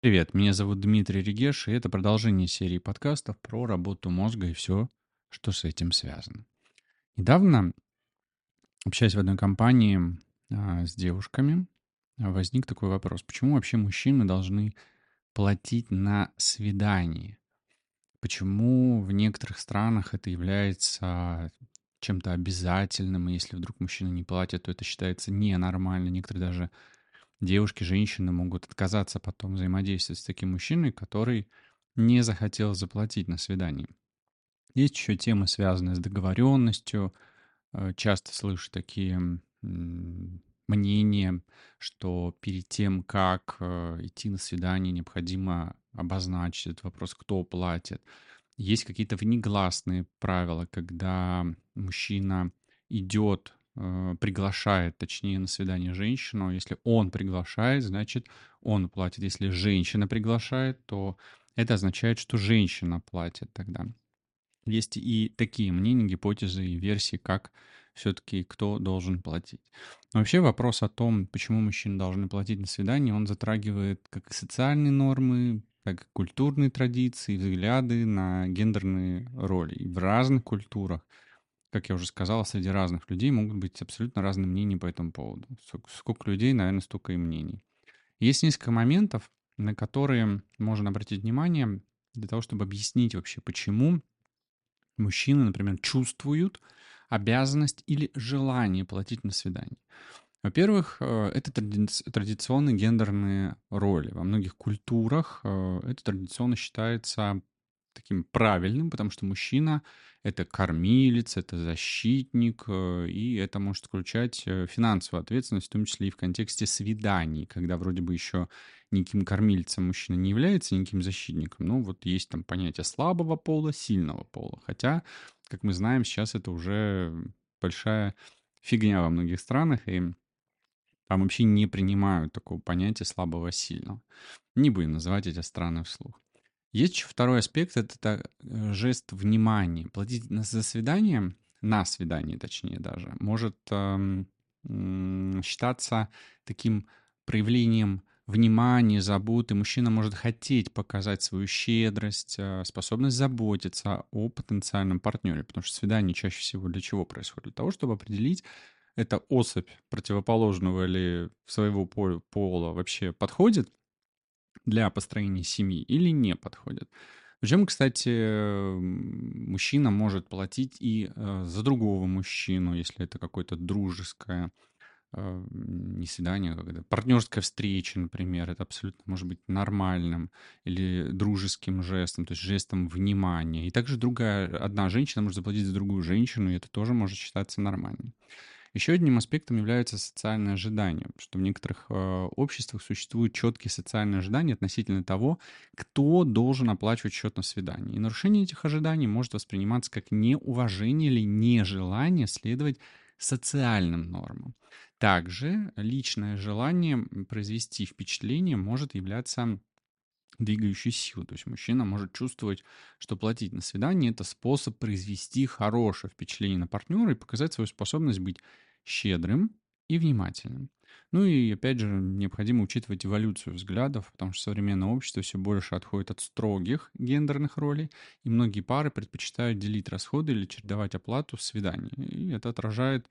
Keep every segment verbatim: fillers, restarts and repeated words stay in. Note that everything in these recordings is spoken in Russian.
Привет, меня зовут Дмитрий Регеш, и это продолжение серии подкастов про работу мозга и все, что с этим связано. Недавно, общаясь в одной компании а, с девушками, а, возник такой вопрос. Почему вообще мужчины должны платить на свидании? Почему в некоторых странах это является чем-то обязательным, и если вдруг мужчина не платит, то это считается ненормально. Некоторые даже девушки, женщины могут отказаться потом взаимодействовать с таким мужчиной, который не захотел заплатить на свидании. Есть еще темы, связанные с договоренностью. Э, Часто слышу такие м, мнения, что перед тем, как э, идти на свидание, необходимо обозначить этот вопрос, кто платит. Есть какие-то внегласные правила, когда мужчина идет, э, приглашает, точнее, на свидание женщину. Если он приглашает, значит, он платит. Если женщина приглашает, то это означает, что женщина платит тогда. Есть и такие мнения, гипотезы и версии, как все-таки кто должен платить. Но вообще вопрос о том, почему мужчины должны платить на свидание, он затрагивает как и социальные нормы, так и культурные традиции, взгляды на гендерные роли. И в разных культурах, как я уже сказал, среди разных людей могут быть абсолютно разные мнения по этому поводу. Сколько сколько людей, наверное, столько и мнений. Есть несколько моментов, на которые можно обратить внимание для того, чтобы объяснить вообще, почему мужчины, например, чувствуют обязанность или желание платить на свидание. Во-первых, э, это тради- традиционные гендерные роли. Во многих культурах э, это традиционно считается таким правильным, потому что мужчина — это кормилец, это защитник, э, и это может включать э, финансовую ответственность, в том числе и в контексте свиданий, когда вроде бы еще никаким кормильцем мужчина не является, никаким защитником. Ну, вот есть там понятие слабого пола, сильного пола. Хотя, как мы знаем, сейчас это уже большая фигня во многих странах, и там вообще не принимают такого понятия слабого-сильного. Не будем называть эти страны вслух. Есть еще второй аспект, это та- э, жест внимания. Платить на- за свидание, на свидание точнее даже, может эм, м, считаться таким проявлением внимания, заботы. Мужчина может хотеть показать свою щедрость, э, способность заботиться о потенциальном партнере, потому что свидание чаще всего для чего происходит? Для того, чтобы определить, эта особь противоположного или своего пол- пола вообще подходит для построения семьи или не подходит. Причем, кстати, м, мужчина может платить и э, за другого мужчину, если это какое-то дружеское э, не свидание, а как это, партнерская встреча, например, это абсолютно может быть нормальным или дружеским жестом, то есть жестом внимания. И также другая, одна женщина может заплатить за другую женщину, и это тоже может считаться нормальным. Еще одним аспектом является социальное ожидание, что в некоторых э, обществах существуют четкие социальные ожидания относительно того, кто должен оплачивать счет на свидании. И нарушение этих ожиданий может восприниматься как неуважение или нежелание следовать социальным нормам. Также личное желание м, произвести впечатление может являться двигающей силой. То есть мужчина может чувствовать, что платить на свидание — это способ произвести хорошее впечатление на партнера и показать свою способность быть щедрым и внимательным. Ну и опять же необходимо учитывать эволюцию взглядов, потому что современное общество все больше отходит от строгих гендерных ролей, и многие пары предпочитают делить расходы или чередовать оплату в свидании. И это отражает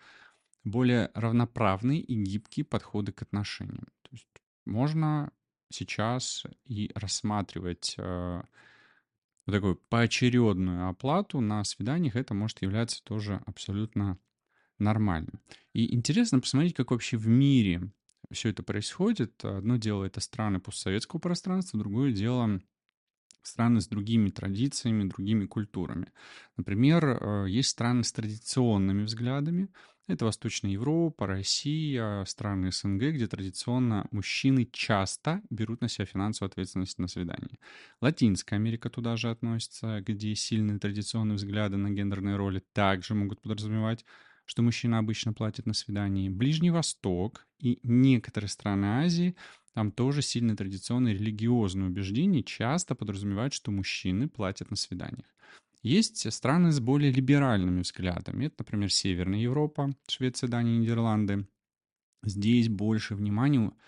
более равноправные и гибкие подходы к отношениям. То есть можно сейчас и рассматривать э, вот такую поочередную оплату на свиданиях. Это может являться тоже абсолютно нормальным. И интересно посмотреть, как вообще в мире все это происходит. Одно дело — это страны постсоветского пространства, другое дело — страны с другими традициями, другими культурами. Например, э, есть страны с традиционными взглядами. Это Восточная Европа, Россия, страны СНГ, где традиционно мужчины часто берут на себя финансовую ответственность на свидании. Латинская Америка туда же относится, где сильные традиционные взгляды на гендерные роли также могут подразумевать, что мужчина обычно платит на свидании. Ближний Восток и некоторые страны Азии — там тоже сильно традиционные религиозные убеждения часто подразумевают, что мужчины платят на свиданиях. Есть страны с более либеральными взглядами. Это, например, Северная Европа, Швеция, Дания, Нидерланды. Здесь больше внимания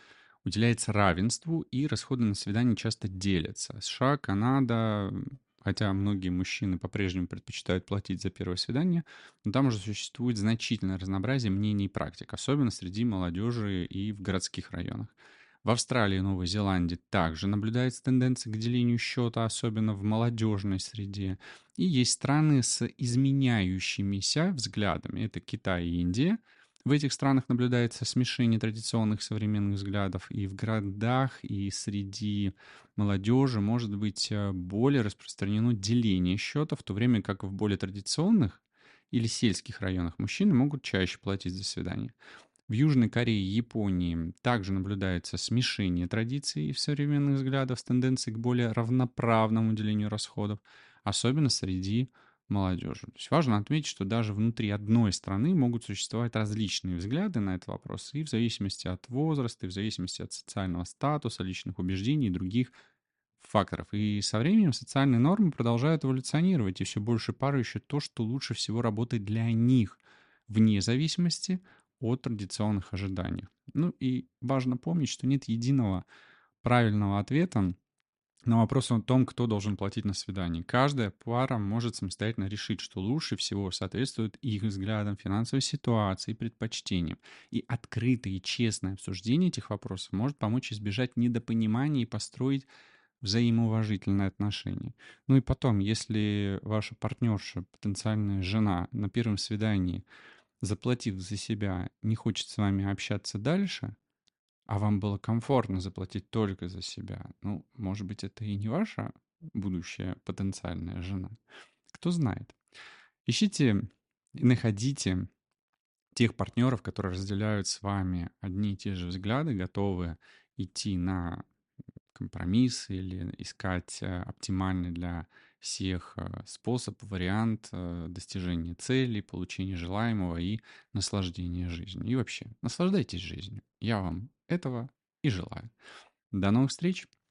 уделяется равенству, и расходы на свидание часто делятся. США, Канада, хотя многие мужчины по-прежнему предпочитают платить за первое свидание, но там уже существует значительное разнообразие мнений и практик, особенно среди молодежи и в городских районах. В Австралии и Новой Зеландии также наблюдается тенденция к делению счета, особенно в молодежной среде. И есть страны с изменяющимися взглядами. Это Китай и Индия. В этих странах наблюдается смешение традиционных и современных взглядов. И в городах, и среди молодежи может быть э, более распространено деление счета, в то время как в более традиционных или сельских районах мужчины могут чаще платить за свидание. В Южной Корее и Японии также наблюдается смешение традиций и современных взглядов с тенденцией к более равноправному делению расходов, особенно среди молодежи. То есть важно отметить, что даже внутри одной страны могут существовать различные взгляды на этот вопрос, и в зависимости от возраста, и в зависимости от социального статуса, личных убеждений и других факторов. И со временем социальные нормы продолжают эволюционировать, и все больше пар ищут то, что лучше всего работает для них, вне зависимости от традиционных ожиданий. Ну и важно помнить, что нет единого правильного ответа на вопрос о том, кто должен платить на свидании. Каждая пара может самостоятельно решить, что лучше всего соответствует их взглядам, финансовой ситуации, предпочтениям. И открытое и честное обсуждение этих вопросов может помочь избежать недопонимания и построить взаимоуважительные отношения. Ну и потом, если ваша партнерша, потенциальная жена на первом свидании, заплатив за себя, не хочет с вами общаться дальше, а вам было комфортно заплатить только за себя, ну, может быть, это и не ваша будущая потенциальная жена. Кто знает. Ищите и находите тех партнеров, которые разделяют с вами одни и те же взгляды, готовы идти на компромисс или искать э, оптимальный для всех э, способ, вариант э, достижения цели, получения желаемого и наслаждения жизнью. И вообще, наслаждайтесь жизнью. Я вам этого и желаю. До новых встреч!